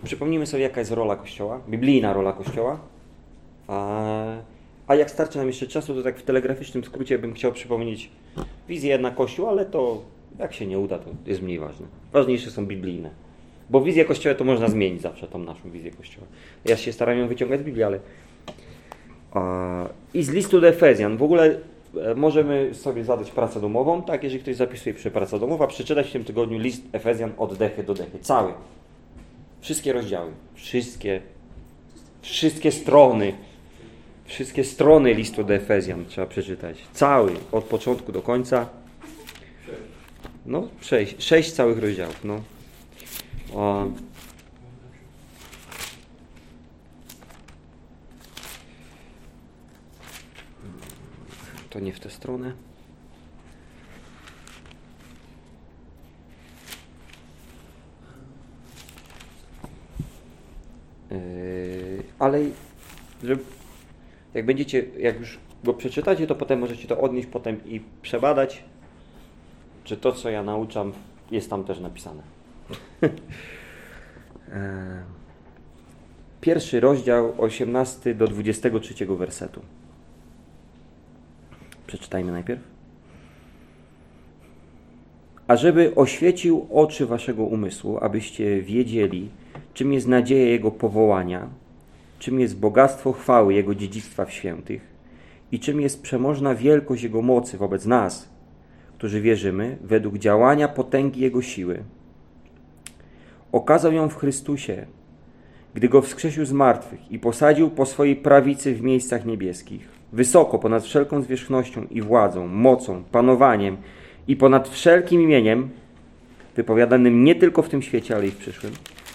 przypomnijmy sobie, jaka jest rola Kościoła, biblijna rola Kościoła. A jak starczy nam jeszcze czasu, to tak w telegraficznym skrócie bym chciał przypomnieć wizję na Kościół, ale to jak się nie uda, to jest mniej ważne. Ważniejsze są biblijne. Bo wizję Kościoła to można zmienić zawsze, tą naszą wizję Kościoła. Ja się staram ją wyciągać z Biblii, ale... I z listu do Efezjan. W ogóle możemy sobie zadać pracę domową, tak, jeżeli ktoś zapisuje pracę domowa, przeczytać w tym tygodniu list Efezjan od dechy do dechy. Cały. Wszystkie rozdziały. Wszystkie strony. Wszystkie strony listu do Efezjan trzeba przeczytać. Cały, od początku do końca. No, 6 całych rozdziałów. No. To nie w tę stronę. Ale jak już go przeczytacie, to potem możecie to odnieść potem i przebadać, czy to, co ja nauczam, jest tam też napisane. Pierwszy rozdział, 18 do 23 wersetu. Przeczytajmy najpierw. Ażeby oświecił oczy waszego umysłu, abyście wiedzieli, czym jest nadzieja Jego powołania, czym jest bogactwo chwały Jego dziedzictwa w świętych i czym jest przemożna wielkość Jego mocy wobec nas, którzy wierzymy, według działania potęgi Jego siły. Okazał ją w Chrystusie, gdy Go wskrzesił z martwych i posadził po swojej prawicy w miejscach niebieskich, wysoko ponad wszelką zwierzchnością i władzą, mocą, panowaniem i ponad wszelkim imieniem, wypowiadanym nie tylko w tym świecie, ale i w przyszłym.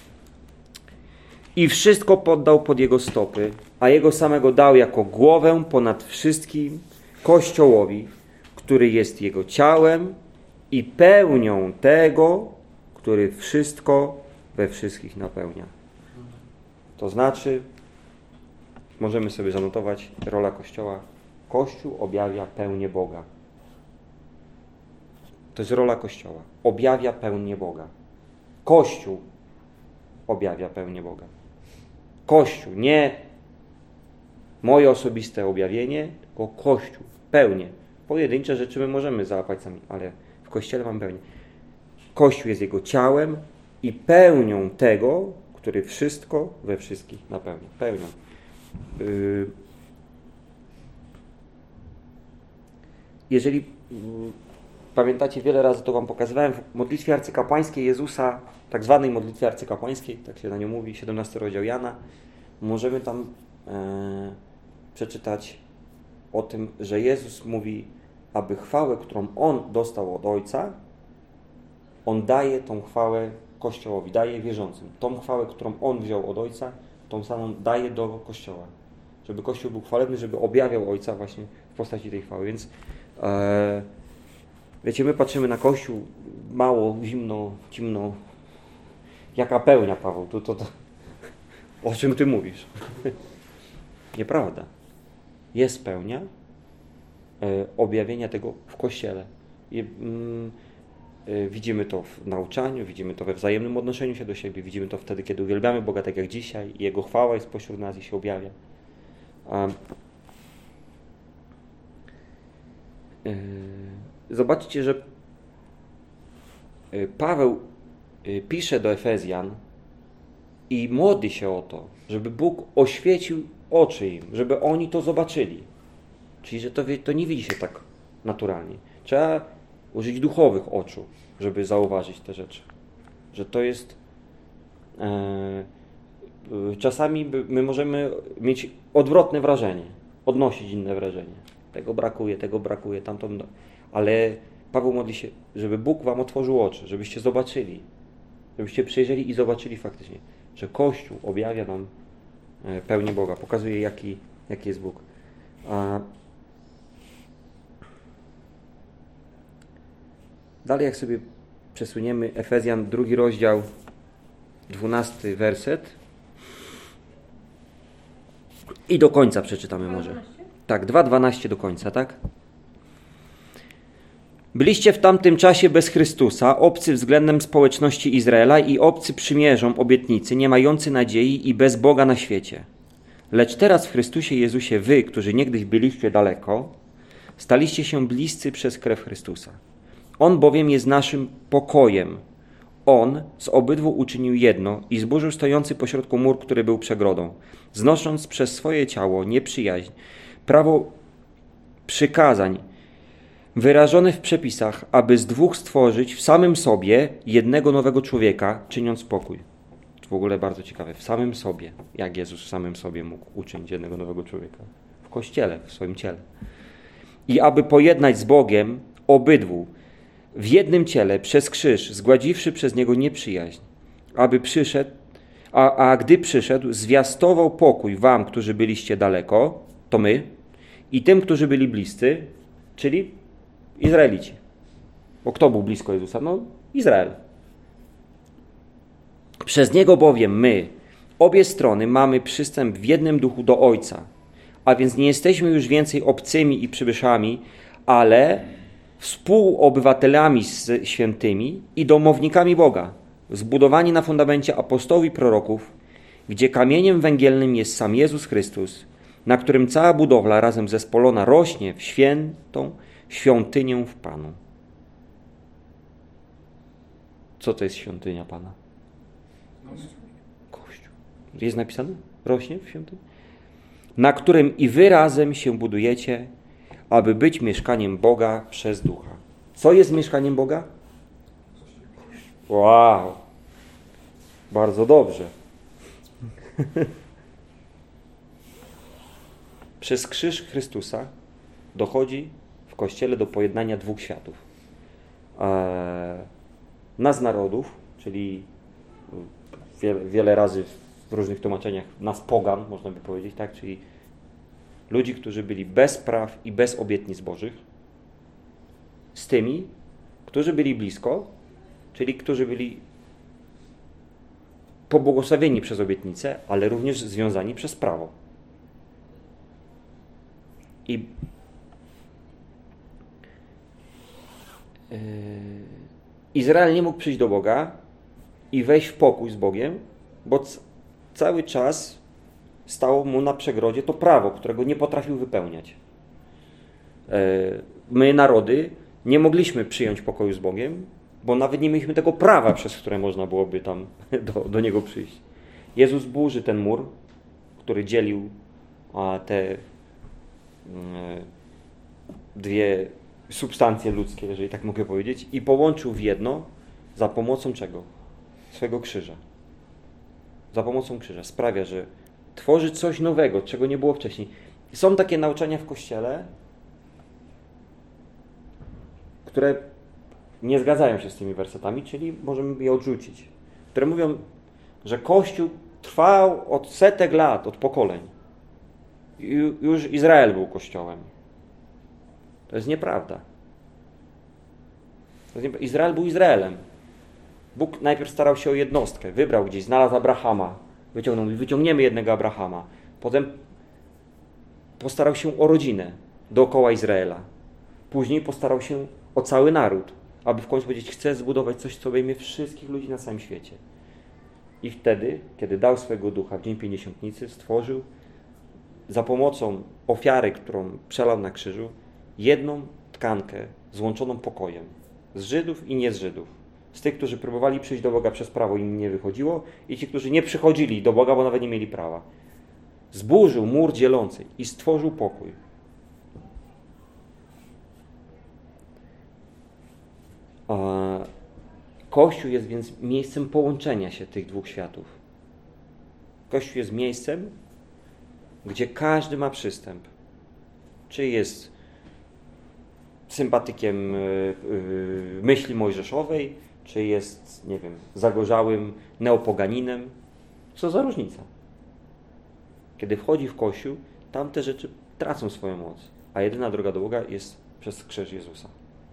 I wszystko poddał pod Jego stopy, a Jego samego dał jako głowę ponad wszystkim Kościołowi, który jest Jego ciałem i pełnią tego, który wszystko we wszystkich napełnia. To znaczy, możemy sobie zanotować, rola Kościoła. Kościół objawia pełnię Boga. To jest rola Kościoła. Objawia pełnię Boga. Kościół objawia pełnię Boga. Kościół, nie moje osobiste objawienie, tylko Kościół, pełnię. Pojedyncze rzeczy my możemy załapać sami, ale w Kościele mamy pełnię. Kościół jest Jego ciałem i pełnią tego, który wszystko we wszystkich napełnia. Pełnią. Jeżeli pamiętacie, wiele razy to wam pokazywałem, w modlitwie arcykapłańskiej Jezusa, tak zwanej modlitwie arcykapłańskiej, tak się na nią mówi, 17 rozdział Jana, możemy tam przeczytać o tym, że Jezus mówi, aby chwałę, którą On dostał od Ojca, On daje tą chwałę Kościołowi, daje wierzącym. Tą chwałę, którą On wziął od Ojca, tą samą daje do Kościoła. Żeby Kościół był chwalebny, żeby objawiał Ojca właśnie w postaci tej chwały. Więc wiecie, my patrzymy na Kościół mało, zimno, ciemno. Jaka pełnia, Paweł? To o czym ty mówisz? Nieprawda. Jest pełnia objawienia tego w Kościele. Widzimy to w nauczaniu, widzimy to we wzajemnym odnoszeniu się do siebie, widzimy to wtedy, kiedy uwielbiamy Boga tak jak dzisiaj i Jego chwała jest pośród nas i się objawia. Zobaczcie, że Paweł pisze do Efezjan i modli się o to, żeby Bóg oświecił oczy im, żeby oni to zobaczyli. Czyli, że to nie widzi się tak naturalnie. Trzeba użyć duchowych oczu, żeby zauważyć te rzeczy. Że to jest... czasami my możemy mieć odwrotne wrażenie, odnosić inne wrażenie. Tego brakuje, tamto... Ale Paweł modli się, żeby Bóg wam otworzył oczy, żebyście zobaczyli, żebyście przyjrzeli i zobaczyli faktycznie, że Kościół objawia nam pełnię Boga, pokazuje jaki jest Bóg. Dalej jak sobie przesuniemy Efezjan 2 rozdział, 12 werset i do końca przeczytamy może. Tak, 2:12 do końca, tak? Byliście w tamtym czasie bez Chrystusa, obcy względem społeczności Izraela i obcy przymierzom obietnicy, nie mający nadziei i bez Boga na świecie. Lecz teraz w Chrystusie Jezusie wy, którzy niegdyś byliście daleko, staliście się bliscy przez krew Chrystusa. On bowiem jest naszym pokojem. On z obydwu uczynił jedno i zburzył stojący pośrodku mur, który był przegrodą, znosząc przez swoje ciało nieprzyjaźń, prawo przykazań wyrażone w przepisach, aby z dwóch stworzyć w samym sobie jednego nowego człowieka, czyniąc pokój. W ogóle bardzo ciekawe, w samym sobie, jak Jezus w samym sobie mógł uczynić jednego nowego człowieka. W Kościele, w swoim ciele. I aby pojednać z Bogiem obydwu w jednym ciele przez krzyż, zgładziwszy przez Niego nieprzyjaźń, aby przyszedł, a gdy przyszedł, zwiastował pokój wam, którzy byliście daleko, to my, i tym, którzy byli bliscy, czyli Izraelici. Bo kto był blisko Jezusa? No, Izrael. Przez Niego bowiem my, obie strony, mamy przystęp w jednym duchu do Ojca. A więc nie jesteśmy już więcej obcymi i przybyszami, ale współobywatelami z świętymi i domownikami Boga, zbudowani na fundamencie apostołów i proroków, gdzie kamieniem węgielnym jest sam Jezus Chrystus, na którym cała budowla razem zespolona rośnie w świętą świątynię w Panu. Co to jest świątynia Pana? Kościół. Jest napisane? Rośnie w świątyni? Na którym i wy razem się budujecie, aby być mieszkaniem Boga przez Ducha. Co jest mieszkaniem Boga? Wow! Bardzo dobrze. Przez krzyż Chrystusa dochodzi w Kościele do pojednania dwóch światów. Nas narodów, czyli wiele razy w różnych tłumaczeniach nas pogan, można by powiedzieć, tak? Czyli ludzi, którzy byli bez praw i bez obietnic bożych, z tymi, którzy byli blisko, czyli którzy byli pobłogosławieni przez obietnicę, ale również związani przez prawo. I Izrael nie mógł przyjść do Boga i wejść w pokój z Bogiem, bo cały czas stało mu na przegrodzie to prawo, którego nie potrafił wypełniać. My, narody, nie mogliśmy przyjąć pokoju z Bogiem, bo nawet nie mieliśmy tego prawa, przez które można byłoby tam do Niego przyjść. Jezus burzy ten mur, który dzielił te dwie substancje ludzkie, jeżeli tak mogę powiedzieć, i połączył w jedno za pomocą czego? Swego krzyża. Za pomocą krzyża. Sprawia, że tworzy coś nowego, czego nie było wcześniej. Są takie nauczania w Kościele, które nie zgadzają się z tymi wersetami, czyli możemy je odrzucić. Które mówią, że Kościół trwał od setek lat, od pokoleń. Już Izrael był Kościołem. To jest nieprawda. Izrael był Izraelem. Bóg najpierw starał się o jednostkę. Wybrał gdzieś, znalazł Abrahama. Wyciągniemy jednego Abrahama. Potem postarał się o rodzinę dookoła Izraela. Później postarał się o cały naród, aby w końcu powiedzieć, chcę zbudować coś, co obejmie wszystkich ludzi na całym świecie. I wtedy, kiedy dał swego ducha w dzień Pięćdziesiątnicy, stworzył za pomocą ofiary, którą przelał na krzyżu, jedną tkankę złączoną pokojem. Z Żydów i nie z Żydów. Z tych, którzy próbowali przyjść do Boga przez prawo, im nie wychodziło, i ci, którzy nie przychodzili do Boga, bo nawet nie mieli prawa. Zburzył mur dzielący i stworzył pokój. Kościół jest więc miejscem połączenia się tych dwóch światów. Kościół jest miejscem, gdzie każdy ma przystęp. Czy jest sympatykiem myśli mojżeszowej, czy jest, nie wiem, zagorzałym neopoganinem. Co za różnica? Kiedy wchodzi w Kościół, tam te rzeczy tracą swoją moc, a jedyna droga do Boga jest przez krzyż Jezusa.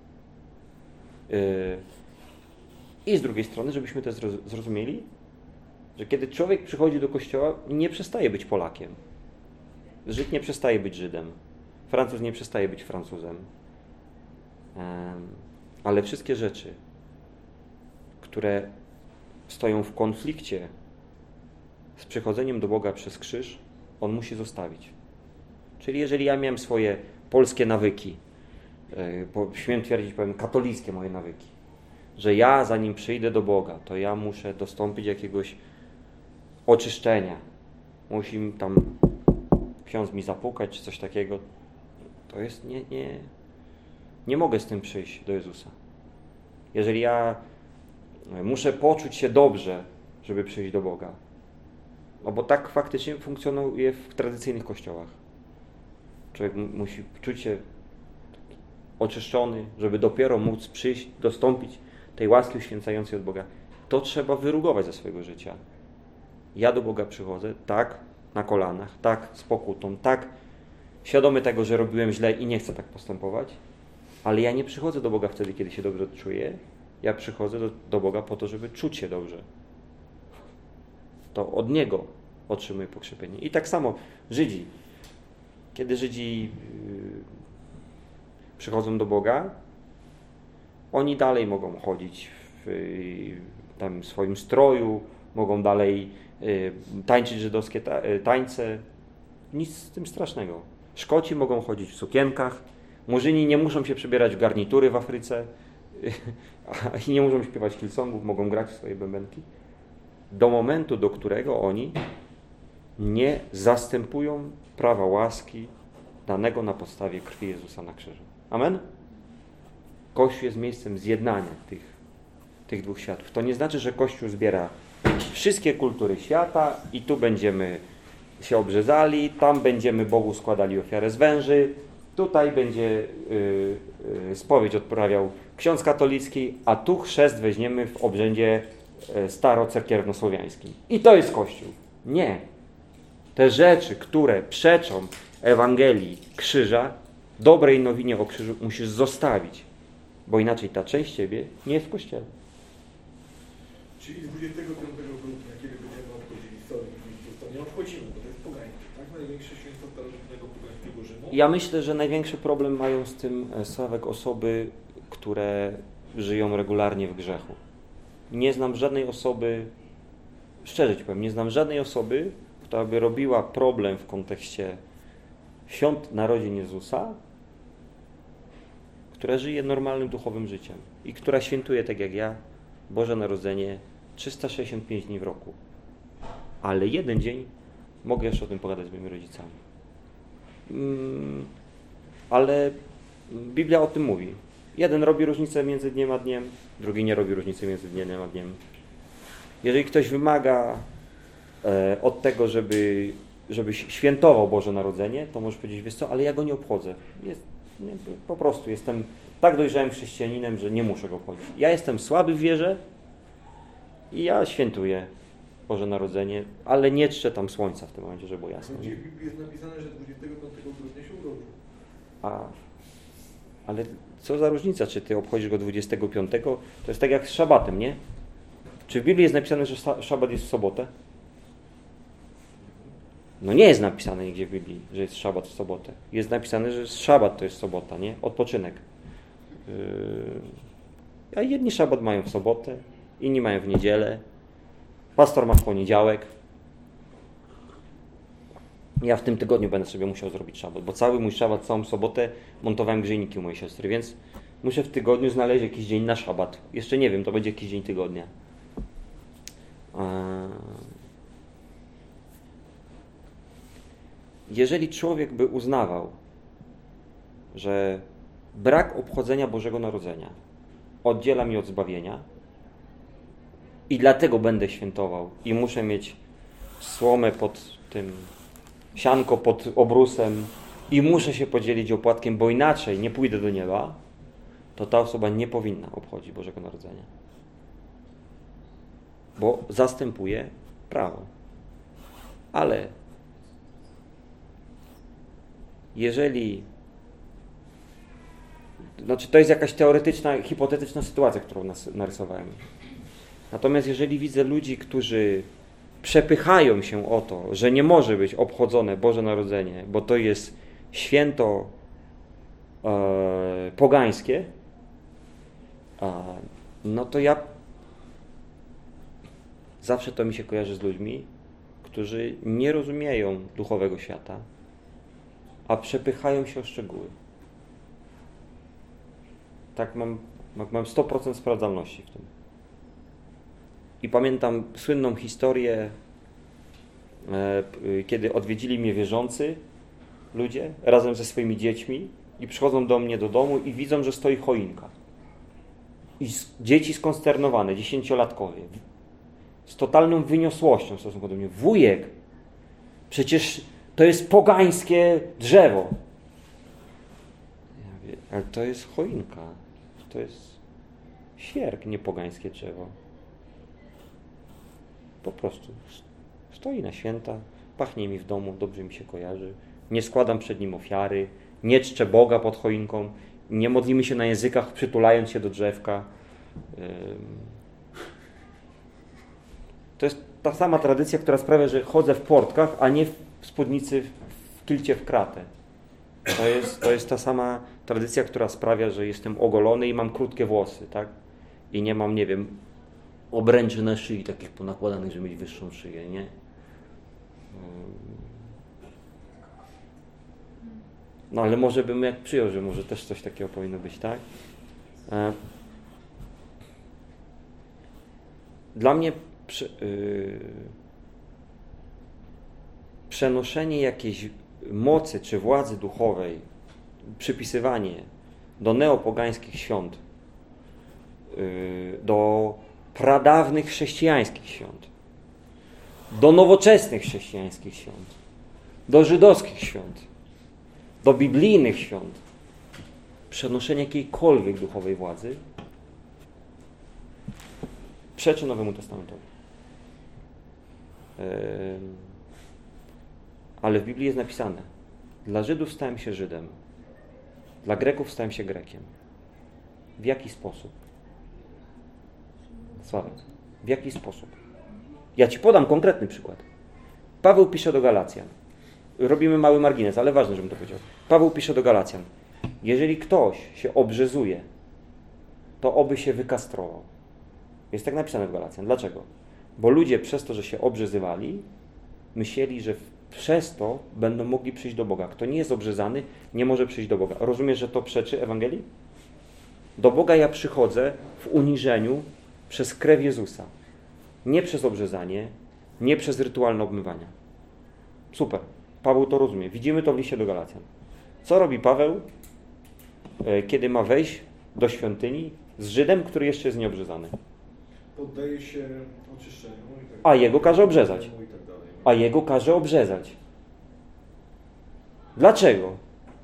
I z drugiej strony, żebyśmy to zrozumieli, że kiedy człowiek przychodzi do Kościoła, nie przestaje być Polakiem. Żyd nie przestaje być Żydem. Francuz nie przestaje być Francuzem. Ale wszystkie rzeczy, które stoją w konflikcie z przychodzeniem do Boga przez krzyż, On musi zostawić. Czyli jeżeli ja miałem swoje polskie nawyki, śmiem twierdzić, powiem, katolickie moje nawyki, że ja zanim przyjdę do Boga, to ja muszę dostąpić jakiegoś oczyszczenia. Musi tam ksiądz mi zapukać, czy coś takiego. To jest nie mogę z tym przyjść do Jezusa. Jeżeli ja muszę poczuć się dobrze, żeby przyjść do Boga. No bo tak faktycznie funkcjonuje w tradycyjnych kościołach. Człowiek musi czuć się oczyszczony, żeby dopiero móc przyjść, dostąpić tej łaski uświęcającej od Boga. To trzeba wyrugować ze swojego życia. Ja do Boga przychodzę, tak, na kolanach, tak, z pokutą, tak, świadomy tego, że robiłem źle i nie chcę tak postępować, ale ja nie przychodzę do Boga wtedy, kiedy się dobrze czuję. Ja przychodzę do Boga po to, żeby czuć się dobrze. To od Niego otrzymuję pokrzepienie. I tak samo Żydzi. Kiedy Żydzi przychodzą do Boga, oni dalej mogą chodzić w tam swoim stroju, mogą dalej tańczyć żydowskie tańce. Nic z tym strasznego. Szkoci mogą chodzić w sukienkach, Murzyni nie muszą się przebierać w garnitury w Afryce i nie muszą śpiewać Hillsongów, mogą grać w swoje bębenki. Do momentu, do którego oni nie zastępują prawa łaski danego na podstawie krwi Jezusa na krzyżu. Amen? Kościół jest miejscem zjednania tych dwóch światów. To nie znaczy, że Kościół zbiera wszystkie kultury świata i tu będziemy się obrzezali, tam będziemy Bogu składali ofiarę z węży, tutaj będzie spowiedź odprawiał ksiądz katolicki, a tu chrzest weźmiemy w obrzędzie starocerkiewnosłowiańskim. I to jest Kościół. Nie. Te rzeczy, które przeczą Ewangelii krzyża, dobrej nowinie o krzyżu musisz zostawić, bo inaczej ta część ciebie nie jest w Kościele. Czyli 25 grudnia, kiedy będziemy obchodzili Solim Chrystus, to nie obchodzimy, bo to jest pogaństwo, tak? Największe święto starożytnego pogańskiego Rzymu. Ja myślę, że największy problem mają z tym, Sławek, osoby, które żyją regularnie w grzechu. Nie znam żadnej osoby, szczerze ci powiem, nie znam żadnej osoby, która by robiła problem w kontekście świąt narodzin Jezusa, która żyje normalnym duchowym życiem i która świętuje, tak jak ja, Boże Narodzenie 365 dni w roku. Ale jeden dzień mogę jeszcze o tym pogadać z moimi rodzicami. Ale Biblia o tym mówi. Jeden robi różnicę między dniem a dniem, drugi nie robi różnicy między dniem a dniem. Jeżeli ktoś wymaga od tego, żebyś świętował Boże Narodzenie, to możesz powiedzieć, wiesz co, ale ja go nie obchodzę. Po prostu jestem tak dojrzałym chrześcijaninem, że nie muszę go obchodzić. Ja jestem słaby w wierze i ja świętuję Boże Narodzenie, ale nie czczę tam słońca w tym momencie, żeby było jasne. W Biblii jest napisane, że 25 grudnia się urodził. Ale co za różnica, czy ty obchodzisz go 25, to jest tak jak z szabatem, nie? Czy w Biblii jest napisane, że szabat jest w sobotę? No nie jest napisane nigdzie w Biblii, że jest szabat w sobotę. Jest napisane, że szabat to jest sobota, nie? Odpoczynek. A jedni szabat mają w sobotę, inni mają w niedzielę. Pastor ma w poniedziałek. Ja w tym tygodniu będę sobie musiał zrobić szabat, bo cały mój szabat, całą sobotę montowałem grzejniki u mojej siostry, więc muszę w tygodniu znaleźć jakiś dzień na szabat. Jeszcze nie wiem, to będzie jakiś dzień tygodnia. Jeżeli człowiek by uznawał, że brak obchodzenia Bożego Narodzenia oddziela mnie od zbawienia i dlatego będę świętował i muszę mieć słomę pod tym, sianko pod obrusem i muszę się podzielić opłatkiem, bo inaczej nie pójdę do nieba, to ta osoba nie powinna obchodzić Bożego Narodzenia. Bo zastępuje prawo. Ale jeżeli, to jest jakaś teoretyczna, hipotetyczna sytuacja, którą narysowałem. Natomiast jeżeli widzę ludzi, którzy przepychają się o to, że nie może być obchodzone Boże Narodzenie, bo to jest święto pogańskie, no to ja zawsze to mi się kojarzy z ludźmi, którzy nie rozumieją duchowego świata, a przepychają się o szczegóły. Tak mam 100% sprawdzalności w tym. I pamiętam słynną historię, kiedy odwiedzili mnie wierzący ludzie razem ze swoimi dziećmi i przychodzą do mnie do domu i widzą, że stoi choinka. I dzieci skonsternowane, 10-latkowie, z totalną wyniosłością w stosunku do mnie. Wujek, przecież to jest pogańskie drzewo. Ja mówię, ale to jest choinka. To jest świerk, nie pogańskie drzewo. Po prostu stoi na święta, pachnie mi w domu, dobrze mi się kojarzy. Nie składam przed nim ofiary, nie czczę Boga pod choinką, nie modlimy się na językach, przytulając się do drzewka. To jest ta sama tradycja, która sprawia, że chodzę w portkach, a nie w spódnicy w kilcie w kratę. To jest ta sama tradycja, która sprawia, że jestem ogolony i mam krótkie włosy, tak? I nie mam, nie wiem, obręczy na szyi takich ponakładanych, żeby mieć wyższą szyję, nie? No ale może bym jak przyjął, że może też coś takiego powinno być, tak? Dla mnie przenoszenie jakiejś mocy czy władzy duchowej, przypisywanie do neopogańskich świąt, do pradawnych chrześcijańskich świąt, do nowoczesnych chrześcijańskich świąt, do żydowskich świąt, do biblijnych świąt, przenoszenie jakiejkolwiek duchowej władzy przeczy Nowemu Testamentowi. Ale w Biblii jest napisane: dla Żydów stałem się Żydem, dla Greków stałem się Grekiem. W jaki sposób? Sławek, w jaki sposób? Ja Ci podam konkretny przykład. Paweł pisze do Galacjan. Robimy mały margines, ale ważne, żebym to powiedział. Paweł pisze do Galacjan: jeżeli ktoś się obrzezuje, to oby się wykastrował. Jest tak napisane w Galacjan. Dlaczego? Bo ludzie przez to, że się obrzezywali, myśleli, że przez to będą mogli przyjść do Boga. Kto nie jest obrzezany, nie może przyjść do Boga. Rozumiesz, że to przeczy Ewangelii? Do Boga ja przychodzę w uniżeniu przez krew Jezusa. Nie przez obrzezanie, nie przez rytualne obmywania. Super. Paweł to rozumie. Widzimy to w liście do Galacjan. Co robi Paweł, kiedy ma wejść do świątyni z Żydem, który jeszcze jest nieobrzezany? Poddaje się oczyszczeniu. A jego każe obrzezać. A jego każe obrzezać. Dlaczego?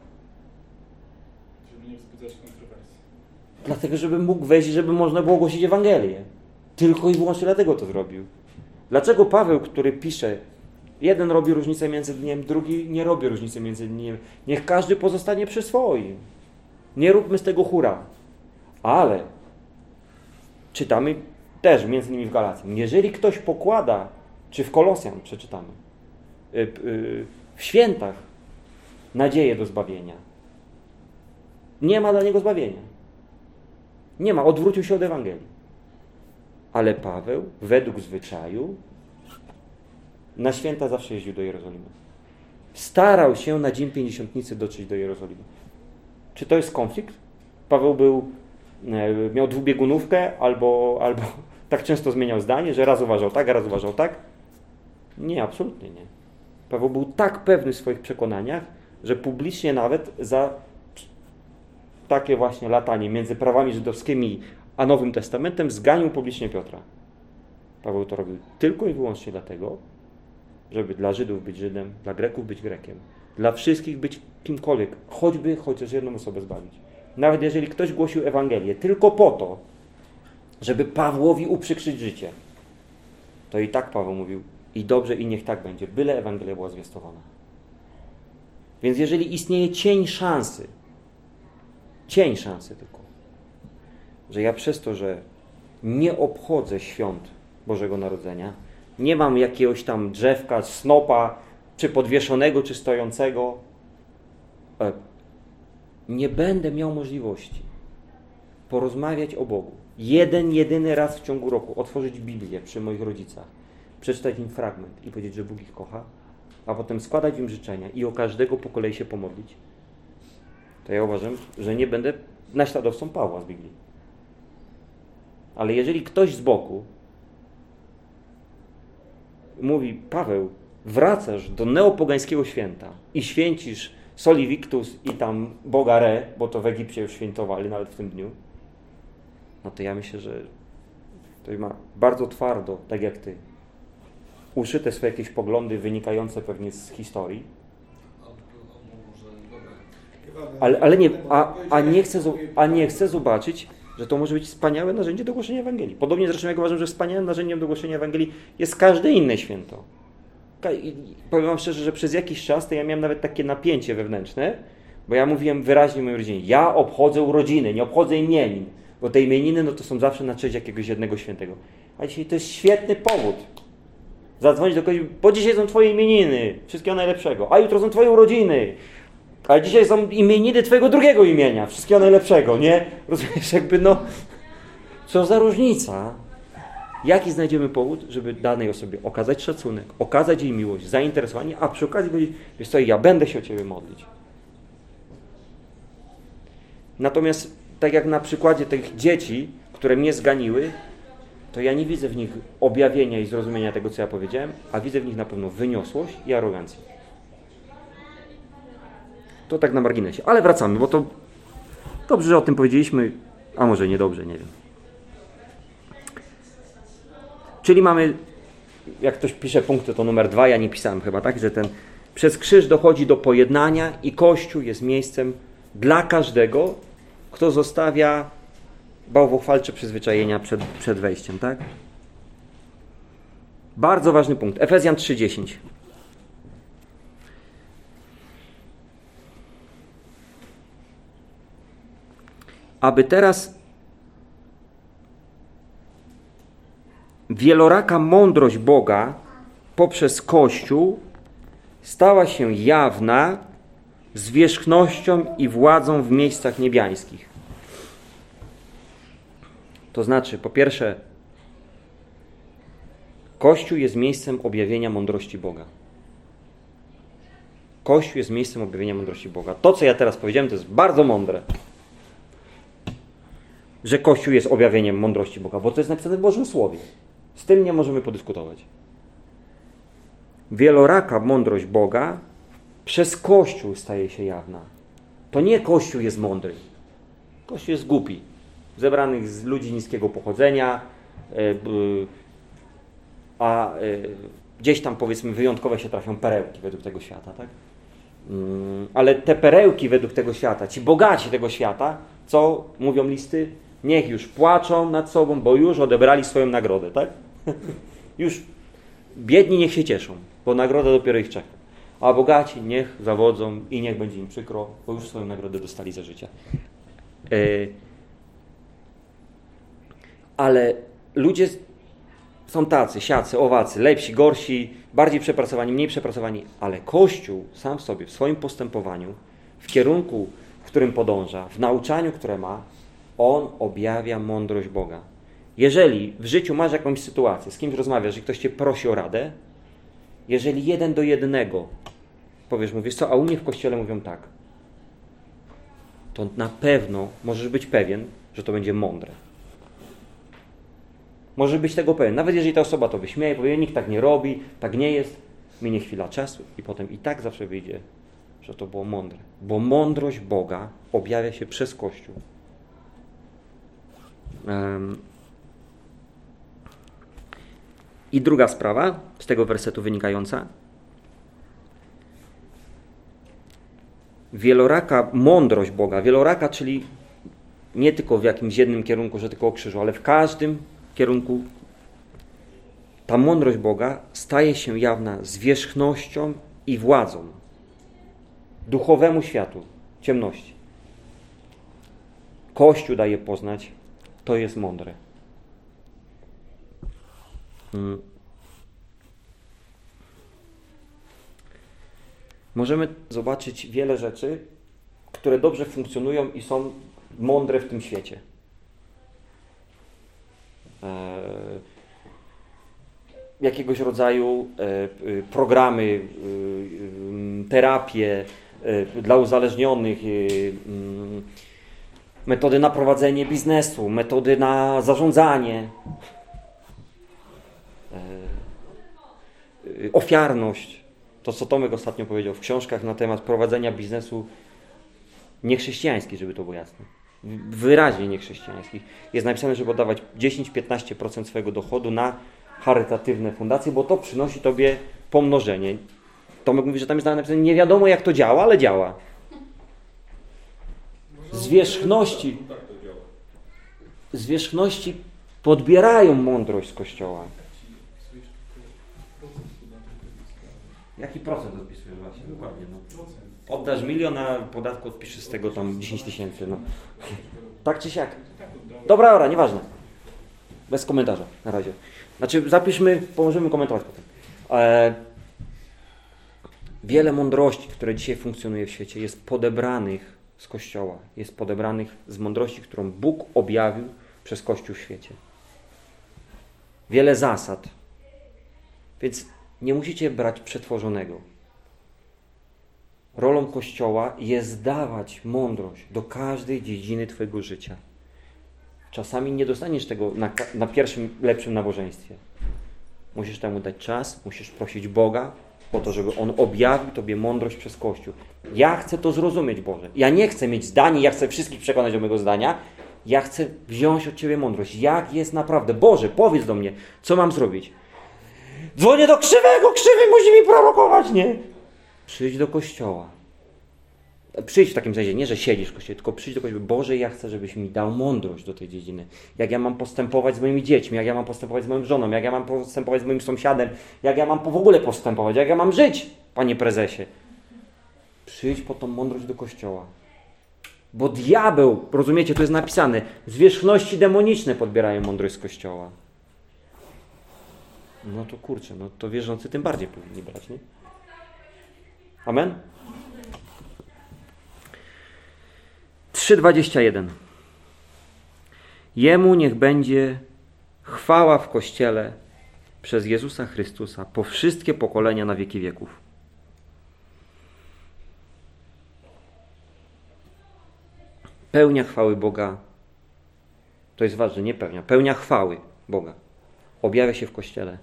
Żeby nie wzbudzać kontrowersji. Dlatego, żeby mógł wejść i żeby można było głosić Ewangelię. Tylko i wyłącznie dlatego to zrobił. Dlaczego Paweł, który pisze, jeden robi różnicę między dniem, drugi nie robi różnicy między dniem. Niech każdy pozostanie przy swoim. Nie róbmy z tego hura. Ale czytamy też między innymi w Galacjan. Jeżeli ktoś pokłada, czy w Kolosjan przeczytamy, w świętach nadzieję do zbawienia, nie ma dla niego zbawienia. Nie ma, odwrócił się od Ewangelii. Ale Paweł, według zwyczaju, na święta zawsze jeździł do Jerozolimy. Starał się na dzień Pięćdziesiątnicy dotrzeć do Jerozolimy. Czy to jest konflikt? Paweł miał dwubiegunówkę albo tak często zmieniał zdanie, że raz uważał tak, a raz uważał tak? Nie, absolutnie nie. Paweł był tak pewny w swoich przekonaniach, że publicznie nawet za takie właśnie latanie między prawami żydowskimi a Nowym Testamentem zganił publicznie Piotra. Paweł to robił tylko i wyłącznie dlatego, żeby dla Żydów być Żydem, dla Greków być Grekiem, dla wszystkich być kimkolwiek, choćby chociaż jedną osobę zbawić. Nawet jeżeli ktoś głosił Ewangelię tylko po to, żeby Pawłowi uprzykrzyć życie, to i tak Paweł mówił: i dobrze, i niech tak będzie, byle Ewangelia była zwiastowana. Więc jeżeli istnieje cień szansy tylko, że ja przez to, że nie obchodzę świąt Bożego Narodzenia, nie mam jakiegoś tam drzewka, snopa, czy podwieszonego, czy stojącego, nie będę miał możliwości porozmawiać o Bogu. Jedyny raz w ciągu roku otworzyć Biblię przy moich rodzicach, przeczytać im fragment i powiedzieć, że Bóg ich kocha, a potem składać im życzenia i o każdego po kolei się pomodlić, to ja uważam, że nie będę naśladowcą Pawła z Biblii. Ale jeżeli ktoś z boku mówi, Paweł, wracasz do neopogańskiego święta i święcisz Soli Victus i tam Boga Re, bo to w Egipcie już świętowali nawet w tym dniu, no to ja myślę, że ktoś ma bardzo twardo, tak jak ty, uszyte swoje jakieś poglądy wynikające pewnie z historii, ale nie chcę zobaczyć, że to może być wspaniałe narzędzie do głoszenia Ewangelii. Podobnie zresztą jak uważam, że wspaniałym narzędziem do głoszenia Ewangelii jest każde inne święto. Powiem wam szczerze, że przez jakiś czas to ja miałem nawet takie napięcie wewnętrzne, bo ja mówiłem wyraźnie mojej rodzinie, ja obchodzę urodziny, nie obchodzę imienin, bo te imieniny no to są zawsze na cześć jakiegoś jednego świętego. A dzisiaj to jest świetny powód. Zadzwonić do kogoś, bo dzisiaj są twoje imieniny, wszystkiego najlepszego, a jutro są twoje urodziny, a dzisiaj są imieniny twojego drugiego imienia, wszystkiego najlepszego, nie? Rozumiesz, jakby no, co za różnica? Jaki znajdziemy powód, żeby danej osobie okazać szacunek, okazać jej miłość, zainteresowanie, a przy okazji powiedzieć, wiesz co, ja będę się o ciebie modlić. Natomiast tak jak na przykładzie tych dzieci, które mnie zganiły, to ja nie widzę w nich objawienia i zrozumienia tego, co ja powiedziałem, a widzę w nich na pewno wyniosłość i arogancję. To tak na marginesie. Ale wracamy, bo to dobrze, że o tym powiedzieliśmy, a może niedobrze, nie wiem. Czyli mamy, jak ktoś pisze punkty, to numer 2, ja nie pisałem chyba, tak, że ten przez krzyż dochodzi do pojednania i Kościół jest miejscem dla każdego, kto zostawia bałwochwalcze przyzwyczajenia przed wejściem, tak? Bardzo ważny punkt. Efezjan 3:10. Aby teraz wieloraka mądrość Boga poprzez Kościół stała się jawna zwierzchnością i władzą w miejscach niebiańskich. To znaczy, po pierwsze, Kościół jest miejscem objawienia mądrości Boga. Kościół jest miejscem objawienia mądrości Boga. To, co ja teraz powiedziałem, to jest bardzo mądre. Że Kościół jest objawieniem mądrości Boga, bo to jest napisane w Bożym Słowie. Z tym nie możemy podyskutować. Wieloraka mądrość Boga przez Kościół staje się jawna. To nie Kościół jest mądry. Kościół jest głupi. Zebranych z ludzi niskiego pochodzenia, a gdzieś tam, powiedzmy, wyjątkowe się trafią perełki według tego świata, tak? Ale te perełki według tego świata, ci bogaci tego świata, co mówią listy? Niech już płaczą nad sobą, bo już odebrali swoją nagrodę, tak? Już biedni niech się cieszą, bo nagroda dopiero ich czeka. A bogaci niech zawodzą i niech będzie im przykro, bo już swoją nagrodę dostali za życia. Ale ludzie są tacy, siacy, owacy, lepsi, gorsi, bardziej przepracowani, mniej przepracowani, ale Kościół sam w sobie, w swoim postępowaniu, w kierunku, w którym podąża, w nauczaniu, które ma, on objawia mądrość Boga. Jeżeli w życiu masz jakąś sytuację, z kimś rozmawiasz i ktoś cię prosi o radę, jeżeli 1:1 powiesz mu, wiesz co, a u mnie w kościele mówią tak, to na pewno możesz być pewien, że to będzie mądre. Możesz być tego pewien. Nawet jeżeli ta osoba to wyśmieje, powie, nikt tak nie robi, tak nie jest, minie chwila czasu i potem i tak zawsze wyjdzie, że to było mądre. Bo mądrość Boga objawia się przez Kościół. I druga sprawa z tego wersetu wynikająca. Wieloraka mądrość Boga. Wieloraka, czyli nie tylko w jakimś jednym kierunku, że tylko o krzyżu, ale w każdym kierunku ta mądrość Boga staje się jawna zwierzchnością i władzą duchowemu światu, ciemności. Kościół daje poznać, to jest mądre. Możemy zobaczyć wiele rzeczy, które dobrze funkcjonują i są mądre w tym świecie. jakiegoś rodzaju programy, terapie dla uzależnionych, metody na prowadzenie biznesu, metody na zarządzanie, ofiarność. To, co Tomek ostatnio powiedział w książkach na temat prowadzenia biznesu niechrześcijański, żeby to było jasne. Wyraźnie niechrześcijańskich. Jest napisane, żeby oddawać 10-15% swojego dochodu na charytatywne fundacje, bo to przynosi tobie pomnożenie. Tomek mówi, że tam jest napisane, nie wiadomo jak to działa, ale działa. Zwierzchności podbierają mądrość z Kościoła. Jaki procent odpisujesz właśnie? Dokładnie. No. Oddasz 1 000 000, a podatku odpiszesz z tego tam 10 000. No. Tak czy siak? Dobra, nieważne. Bez komentarza na razie. Znaczy zapiszmy, pomożemy komentować potem. Wiele mądrości, które dzisiaj funkcjonuje w świecie, jest podebranych z Kościoła. Jest podebranych z mądrości, którą Bóg objawił przez Kościół w świecie. Wiele zasad. Więc nie musicie brać przetworzonego. Rolą Kościoła jest dawać mądrość do każdej dziedziny twojego życia. Czasami nie dostaniesz tego na pierwszym, lepszym nabożeństwie. Musisz temu dać czas, musisz prosić Boga o to, żeby On objawił tobie mądrość przez Kościół. Ja chcę to zrozumieć, Boże. Ja nie chcę mieć zdanie, ja chcę wszystkich przekonać do mojego zdania. Ja chcę wziąć od Ciebie mądrość. Jak jest naprawdę? Boże, powiedz do mnie, co mam zrobić? Dzwonię do Krzywego, Krzywy musi mi prorokować, nie? Przyjdź do Kościoła. Przyjdź w takim sensie, nie, że siedzisz w Kościele, tylko przyjdź do Kościoła. Boże, ja chcę, żebyś mi dał mądrość do tej dziedziny. Jak ja mam postępować z moimi dziećmi, jak ja mam postępować z moją żoną, jak ja mam postępować z moim sąsiadem, jak ja mam w ogóle postępować, jak ja mam żyć, Panie Prezesie. Przyjdź po tą mądrość do Kościoła. Bo diabeł, rozumiecie, tu jest napisane, zwierzchności demoniczne podbierają mądrość z Kościoła. No to kurczę, no to wierzący tym bardziej powinni brać, nie? Amen? 3:21. Jemu niech będzie chwała w Kościele przez Jezusa Chrystusa po wszystkie pokolenia na wieki wieków. Pełnia chwały Boga, to jest ważne, nie pełnia, pełnia chwały Boga objawia się w Kościele.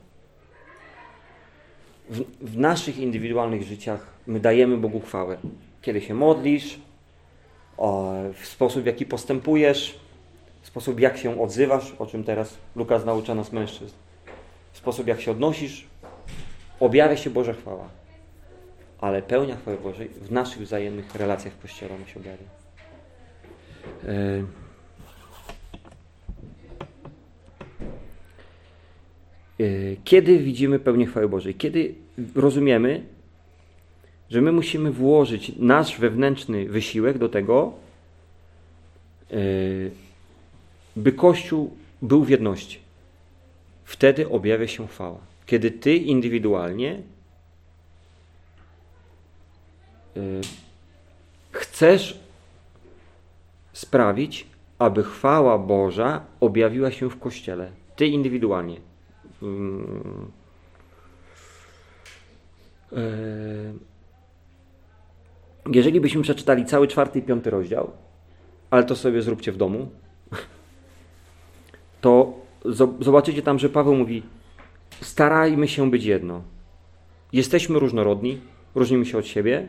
W naszych indywidualnych życiach my dajemy Bogu chwałę. Kiedy się modlisz, w sposób, w jaki postępujesz, w sposób, jak się odzywasz, o czym teraz Lukas naucza nas mężczyzn, w sposób, jak się odnosisz, objawia się Boża chwała. Ale pełnia chwały Bożej w naszych wzajemnych relacjach w Kościele ma się objawia. Kiedy widzimy pełnię chwały Bożej? Kiedy rozumiemy, że my musimy włożyć nasz wewnętrzny wysiłek do tego, by Kościół był w jedności. Wtedy objawia się chwała. Kiedy ty indywidualnie chcesz sprawić, aby chwała Boża objawiła się w Kościele. Ty indywidualnie. Jeżeli byśmy przeczytali cały 4. i 5. rozdział, ale to sobie zróbcie w domu, to zobaczycie tam, że Paweł mówi: starajmy się być jedno. Jesteśmy różnorodni, różnimy się od siebie,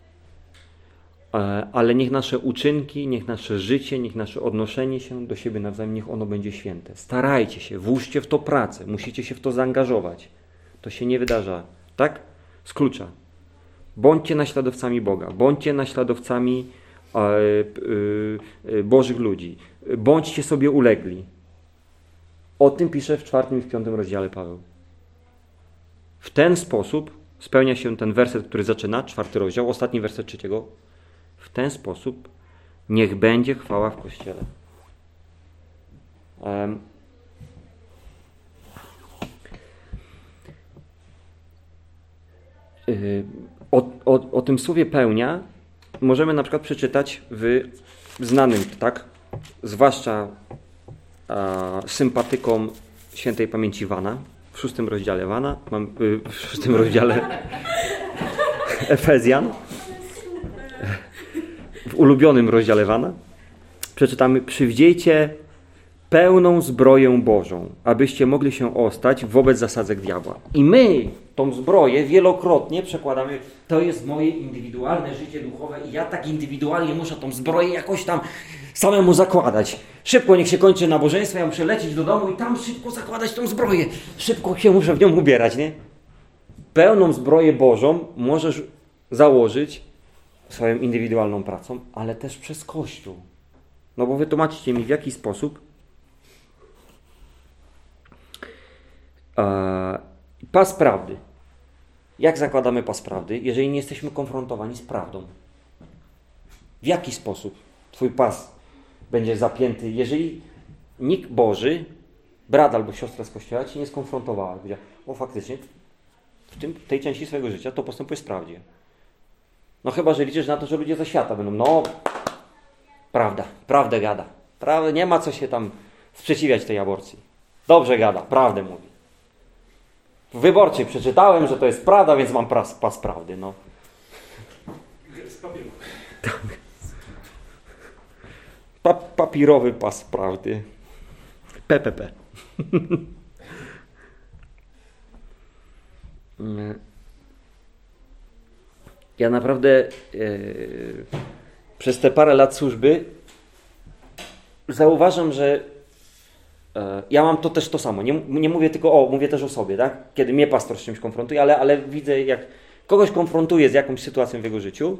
ale niech nasze uczynki, niech nasze życie, niech nasze odnoszenie się do siebie nawzajem, niech ono będzie święte. Starajcie się, włóżcie w to pracę, musicie się w to zaangażować. To się nie wydarza, tak? Z klucza. Bądźcie naśladowcami Boga, bądźcie naśladowcami Bożych ludzi. Bądźcie sobie ulegli. O tym pisze w 4. i w 5. rozdziale Paweł. W ten sposób spełnia się ten werset, który zaczyna, 4. rozdział, ostatni werset 3. W ten sposób niech będzie chwała w Kościele. O tym słowie pełnia możemy na przykład przeczytać w znanym, tak, zwłaszcza sympatykom świętej pamięci Wana, w w 6 rozdziale w 6 rozdziale Efezjan, w ulubionym rozdziale Wana, przeczytamy: przywdziejcie pełną zbroję Bożą, abyście mogli się ostać wobec zasadzek diabła. I my tą zbroję wielokrotnie przekładamy. To jest moje indywidualne życie duchowe i ja tak indywidualnie muszę tą zbroję jakoś tam samemu zakładać. Szybko niech się kończy nabożeństwo, ja muszę lecieć do domu i tam szybko zakładać tą zbroję. Szybko się muszę w nią ubierać, nie? Pełną zbroję Bożą możesz założyć swoją indywidualną pracą, ale też przez Kościół. No bo wytłumaczcie mi, w jaki sposób pas prawdy. Jak zakładamy pas prawdy, jeżeli nie jesteśmy konfrontowani z prawdą? W jaki sposób twój pas będzie zapięty, jeżeli nikt Boży, brat albo siostra z Kościoła cię nie skonfrontowała? Powiedziała: o, faktycznie w tej części swojego życia to postępujesz sprawdzie. No chyba, że liczysz na to, że ludzie ze świata będą: no, prawdę gada. Nie ma co się tam sprzeciwiać tej aborcji. Dobrze gada, prawdę mówi. W Wyborczej przeczytałem, że to jest prawda, więc mam pas prawdy. No. Z papieru. Papierowy pas prawdy. PPP. Ja naprawdę przez te parę lat służby zauważam, że ja mam to też to samo. Nie mówię tylko mówię też o sobie, tak? Kiedy mnie pastor z czymś konfrontuje, ale widzę, jak kogoś konfrontuje z jakąś sytuacją w jego życiu,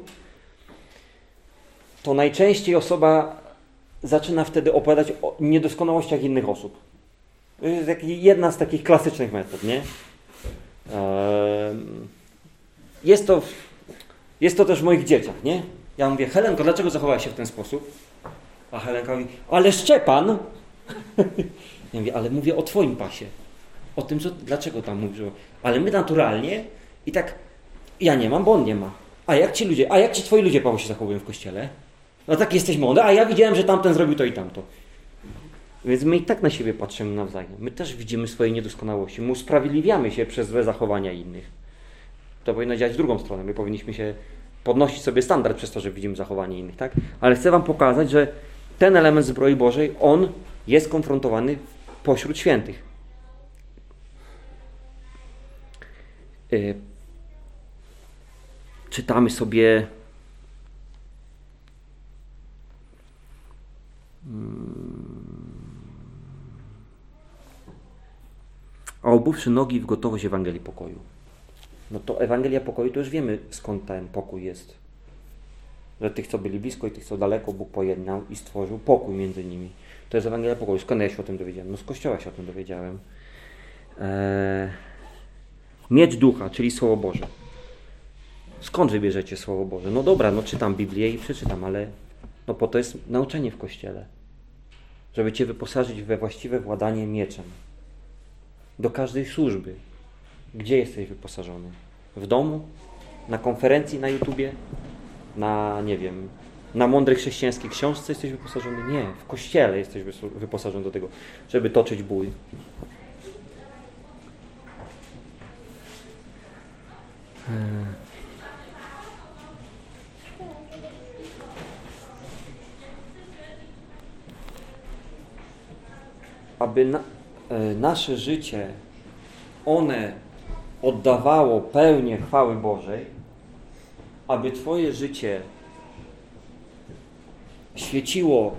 to najczęściej osoba zaczyna wtedy opowiadać o niedoskonałościach innych osób. To jest jedna z takich klasycznych metod, nie? Jest to też w moich dzieciach, nie? Ja mówię: Helenko, dlaczego zachowałeś się w ten sposób? A Helenka mówi: ale Szczepan! Ja mówię: ale mówię o twoim pasie. O tym, dlaczego tam mówisz. Ale my naturalnie i tak, ja nie mam, bo on nie ma. A jak ci twoi ludzie, Paweł, się zachowują w kościele? No tak jesteś mądry, a ja widziałem, że tamten zrobił to i tamto. Więc my i tak na siebie patrzymy nawzajem. My też widzimy swoje niedoskonałości. My usprawiedliwiamy się przez złe zachowania innych. To powinno działać w drugą stronę. My powinniśmy się podnosić sobie standard przez to, że widzimy zachowanie innych, tak? Ale chcę wam pokazać, że ten element zbroi Bożej, on jest konfrontowany pośród świętych. Czytamy sobie a obuwszy nogi w gotowość Ewangelii pokoju. No to Ewangelia pokoju, to już wiemy, skąd ten pokój jest. Że tych, co byli blisko i tych, co daleko, Bóg pojednał i stworzył pokój między nimi. To jest Ewangelia pokoju. Skąd ja się o tym dowiedziałem? No z Kościoła się o tym dowiedziałem. Miecz ducha, czyli Słowo Boże. Skąd wybierzecie Słowo Boże? No dobra, no czytam Biblię i przeczytam, ale no po to jest nauczenie w Kościele. Żeby cię wyposażyć we właściwe władanie mieczem. Do każdej służby. Gdzie jesteś wyposażony? W domu? Na konferencji na YouTubie? Na, nie wiem, na mądrej chrześcijańskiej książce jesteś wyposażony? Nie, w Kościele jesteś wyposażony do tego, żeby toczyć bój. Aby nasze życie, one oddawało pełnię chwały Bożej, aby twoje życie świeciło,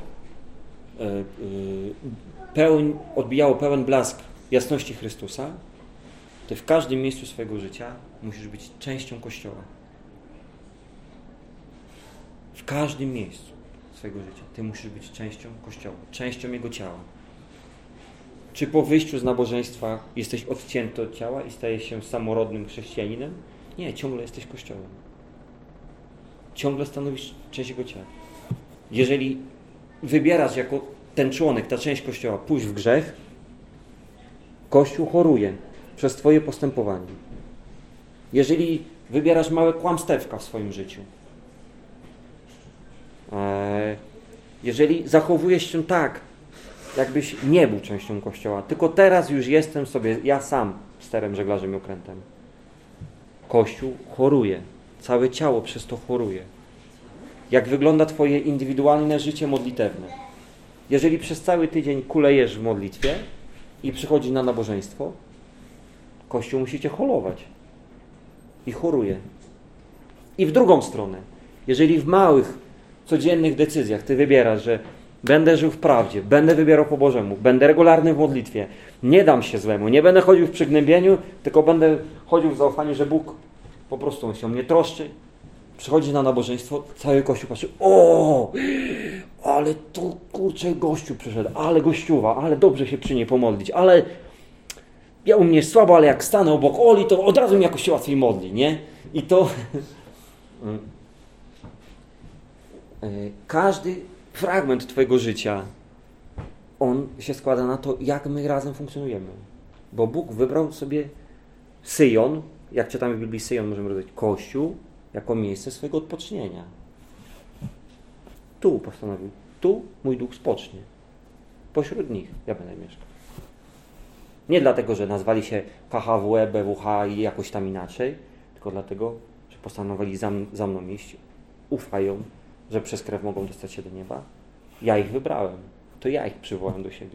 odbijało pełen blask jasności Chrystusa, to w każdym miejscu swojego życia musisz być częścią Kościoła. W każdym miejscu swojego życia ty musisz być częścią Kościoła, częścią Jego ciała. Czy po wyjściu z nabożeństwa jesteś odcięty od ciała i stajesz się samorodnym chrześcijaninem? Nie, ciągle jesteś Kościołem. Ciągle stanowisz część Jego ciała. Jeżeli wybierasz jako ten członek, ta część Kościoła, pójść w grzech, Kościół choruje przez twoje postępowanie. Jeżeli wybierasz małe kłamstewka w swoim życiu, jeżeli zachowujesz się tak, jakbyś nie był częścią Kościoła, tylko teraz już jestem sobie ja sam sterem, żeglarzem i okrętem. Kościół choruje. Całe ciało przez to choruje. Jak wygląda twoje indywidualne życie modlitewne? Jeżeli przez cały tydzień kulejesz w modlitwie i przychodzisz na nabożeństwo, Kościół musi cię holować. I choruje. I w drugą stronę. Jeżeli w małych, codziennych decyzjach ty wybierasz, że będę żył w prawdzie, będę wybierał po Bożemu, będę regularny w modlitwie, nie dam się złemu, nie będę chodził w przygnębieniu, tylko będę chodził w zaufaniu, że Bóg po prostu się o mnie troszczy. Przychodzi na nabożeństwo, cały Kościół patrzy, o, ale to kurczę gościu przyszedł, ale gościuwa, ale dobrze się przy niej pomodlić, ale ja u mnie jest słabo, ale jak stanę obok Oli, to od razu mi jakoś się łatwiej modli, nie? I to każdy fragment twojego życia, on się składa na to, jak my razem funkcjonujemy. Bo Bóg wybrał sobie Syjon, jak czytamy w Biblii Syjon, możemy rozumieć Kościół, jako miejsce swojego odpocznienia. Tu postanowił, tu mój duch spocznie. Pośród nich ja będę mieszkał. Nie dlatego, że nazwali się KHWE, BWH i jakoś tam inaczej, tylko dlatego, że postanowili za mną iść, ufają, że przez krew mogą dostać się do nieba. Ja ich wybrałem. To ja ich przywołałem do siebie.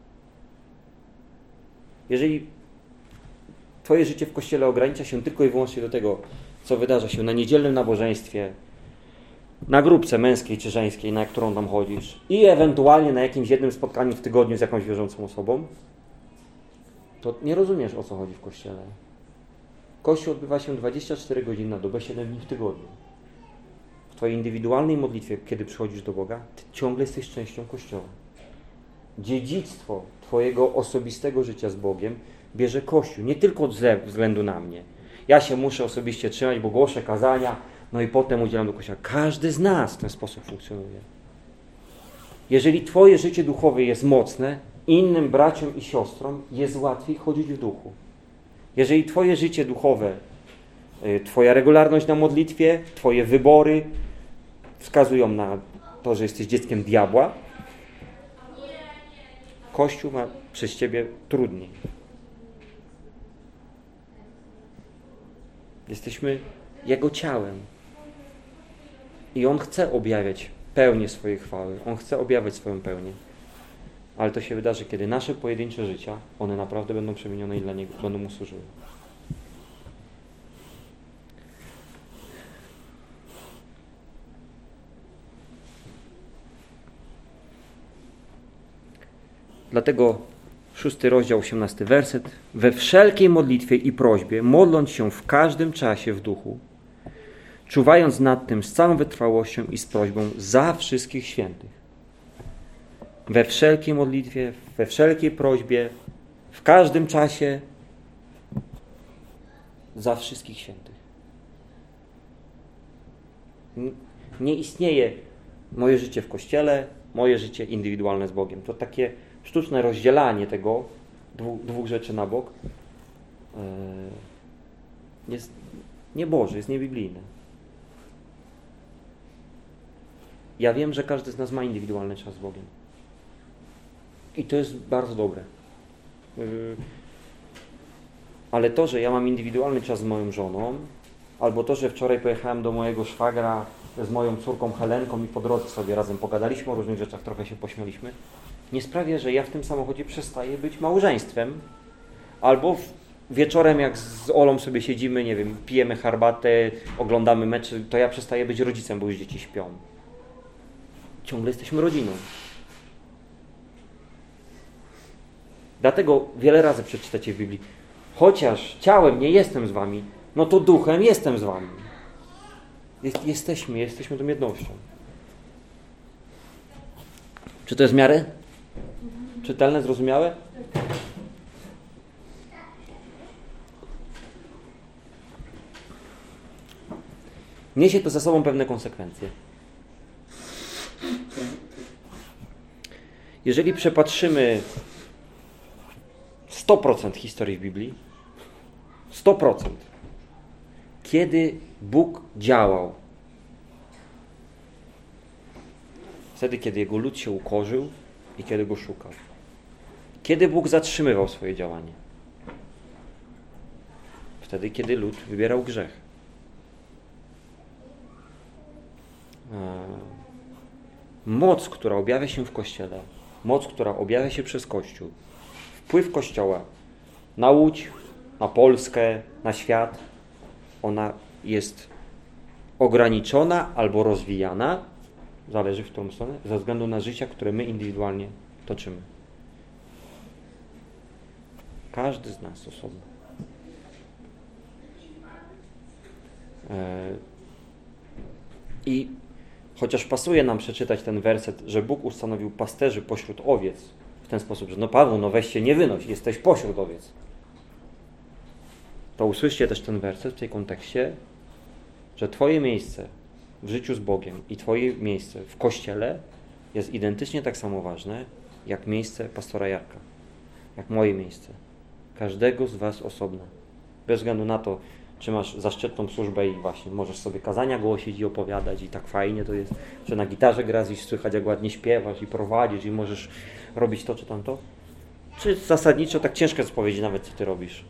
Jeżeli twoje życie w Kościele ogranicza się tylko i wyłącznie do tego, co wydarza się na niedzielnym nabożeństwie, na grupce męskiej czy żeńskiej, na którą tam chodzisz i ewentualnie na jakimś jednym spotkaniu w tygodniu z jakąś wierzącą osobą, to nie rozumiesz, o co chodzi w Kościele. Kościół odbywa się 24 godziny na dobę, 7 dni w tygodniu. W twojej indywidualnej modlitwie, kiedy przychodzisz do Boga, ty ciągle jesteś częścią Kościoła. Dziedzictwo twojego osobistego życia z Bogiem bierze Kościół, nie tylko ze względu na mnie. Ja się muszę osobiście trzymać, bo głoszę kazania, no i potem udzielam do Kościoła. Każdy z nas w ten sposób funkcjonuje. Jeżeli twoje życie duchowe jest mocne, innym braciom i siostrom jest łatwiej chodzić w duchu. Jeżeli twoje życie duchowe, twoja regularność na modlitwie, twoje wybory wskazują na to, że jesteś dzieckiem diabła, Kościół ma przez ciebie trudniej. Jesteśmy Jego ciałem. I On chce objawiać pełnię swojej chwały. On chce objawiać swoją pełnię. Ale to się wydarzy, kiedy nasze pojedyncze życia, one naprawdę będą przemienione i dla Niego będą Mu służyły. Dlatego 6 rozdział, 18 werset. We wszelkiej modlitwie i prośbie, modląc się w każdym czasie w duchu, czuwając nad tym z całą wytrwałością i z prośbą za wszystkich świętych. We wszelkiej modlitwie, we wszelkiej prośbie, w każdym czasie za wszystkich świętych. Nie istnieje moje życie w Kościele, moje życie indywidualne z Bogiem. To takie sztuczne rozdzielanie tego, dwóch rzeczy na bok, jest nieboże, jest niebiblijne. Ja wiem, że każdy z nas ma indywidualny czas z Bogiem. I to jest bardzo dobre. Ale to, że ja mam indywidualny czas z moją żoną, albo to, że wczoraj pojechałem do mojego szwagra z moją córką Helenką i po drodze sobie razem pogadaliśmy o różnych rzeczach, trochę się pośmialiśmy, nie sprawia, że ja w tym samochodzie przestaję być małżeństwem. Albo wieczorem, jak z Olą sobie siedzimy, nie wiem, pijemy herbatę, oglądamy mecz, to ja przestaję być rodzicem, bo już dzieci śpią. Ciągle jesteśmy rodziną. Dlatego wiele razy przeczytacie w Biblii, chociaż ciałem nie jestem z wami, no to duchem jestem z wami. Jesteśmy tą jednością. Czy to jest w miarę czytelne, zrozumiałe? Niesie to za sobą pewne konsekwencje. Jeżeli przepatrzymy 100% historii w Biblii, 100%, kiedy Bóg działał, wtedy, kiedy Jego lud się ukorzył i kiedy Go szukał. Kiedy Bóg zatrzymywał swoje działanie? Wtedy, kiedy lud wybierał grzech. Moc, która objawia się w Kościele, moc, która objawia się przez Kościół, wpływ Kościoła na Łódź, na Polskę, na świat, ona jest ograniczona albo rozwijana, zależy w którą stronę, ze względu na życia, które my indywidualnie toczymy. Każdy z nas osobno. I chociaż pasuje nam przeczytać ten werset, że Bóg ustanowił pasterzy pośród owiec, w ten sposób, że Paweł, weź się nie wynoś, jesteś pośród owiec. To usłyszcie też ten werset w tej kontekście, że Twoje miejsce w życiu z Bogiem i Twoje miejsce w Kościele jest identycznie tak samo ważne, jak miejsce pastora Jarka, jak moje miejsce. Każdego z Was osobno. Bez względu na to, czy masz zaszczytną służbę i właśnie możesz sobie kazania głosić i opowiadać i tak fajnie to jest, że na gitarze grasz i słychać, jak ładnie śpiewasz i prowadzisz i możesz robić to czy tamto. Czy zasadniczo tak ciężko jest powiedzieć nawet, co Ty robisz.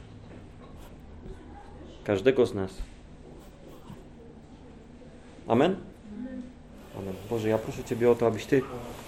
Każdego z nas. Amen? Amen. Boże, ja proszę Ciebie o to, abyś Ty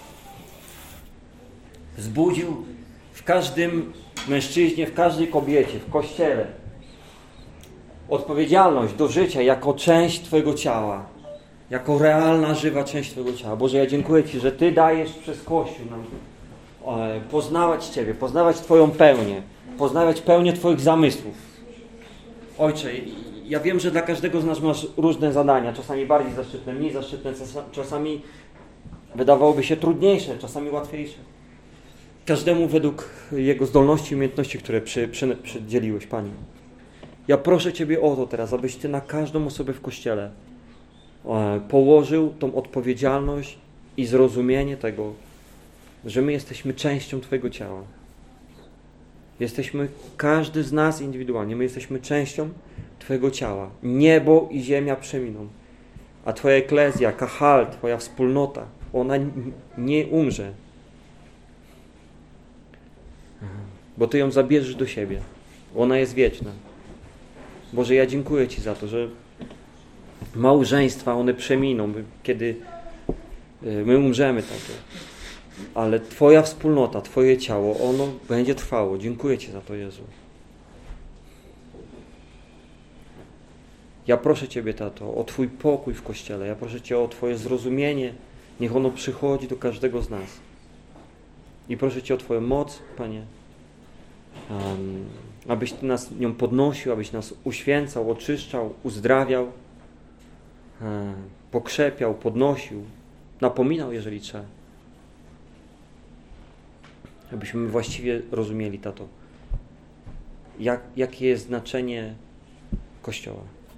wzbudził w każdym mężczyźnie, w każdej kobiecie, w Kościele odpowiedzialność do życia jako część Twojego ciała, jako realna, żywa część Twojego ciała. Boże, ja dziękuję Ci, że Ty dajesz przez Kościół nam poznawać Ciebie, poznawać Twoją pełnię, poznawać pełnię Twoich zamysłów. Ojcze, ja wiem, że dla każdego z nas masz różne zadania, czasami bardziej zaszczytne, mniej zaszczytne, czasami wydawałoby się trudniejsze, czasami łatwiejsze. Każdemu według jego zdolności i umiejętności, które przydzieliłeś, Panie. Ja proszę Ciebie o to teraz, abyś Ty na każdą osobę w Kościele położył tą odpowiedzialność i zrozumienie tego, że my jesteśmy częścią Twojego ciała. Jesteśmy, każdy z nas indywidualnie, my jesteśmy częścią Twojego ciała. Niebo i ziemia przeminą, a Twoja eklezja, kahal, Twoja wspólnota, ona nie umrze. Bo Ty ją zabierzesz do siebie. Ona jest wieczna. Boże, ja dziękuję Ci za to, że małżeństwa, one przeminą, kiedy my umrzemy takie. Ale Twoja wspólnota, Twoje ciało, ono będzie trwało. Dziękuję Ci za to, Jezu. Ja proszę Ciebie, Tato, o Twój pokój w Kościele. Ja proszę Cię o Twoje zrozumienie. Niech ono przychodzi do każdego z nas. I proszę Cię o Twoją moc, Panie. Abyś Ty nas nią podnosił, abyś nas uświęcał, oczyszczał, uzdrawiał, pokrzepiał, podnosił, napominał, jeżeli trzeba. Abyśmy właściwie rozumieli, Tato, jakie jest znaczenie Kościoła.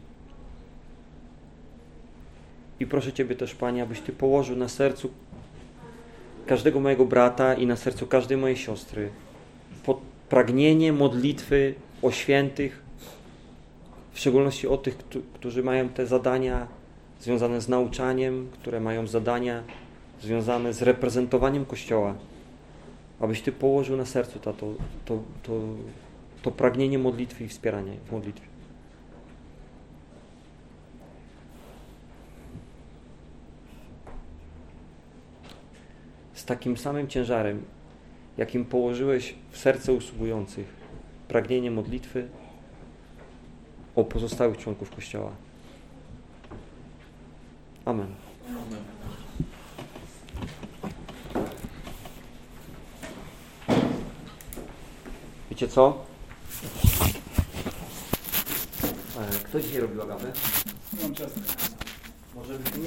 I proszę Ciebie też, Panie, abyś Ty położył na sercu każdego mojego brata i na sercu każdej mojej siostry pragnienie modlitwy o świętych, w szczególności o tych, którzy mają te zadania związane z nauczaniem, które mają zadania związane z reprezentowaniem Kościoła. Abyś Ty położył na sercu to pragnienie modlitwy i wspierania w modlitwie. Z takim samym ciężarem, jakim położyłeś w serce usługujących pragnienie modlitwy o pozostałych członków Kościoła. Amen. Amen. Wiecie co? Kto dzisiaj robił agapę? Mam czas. Może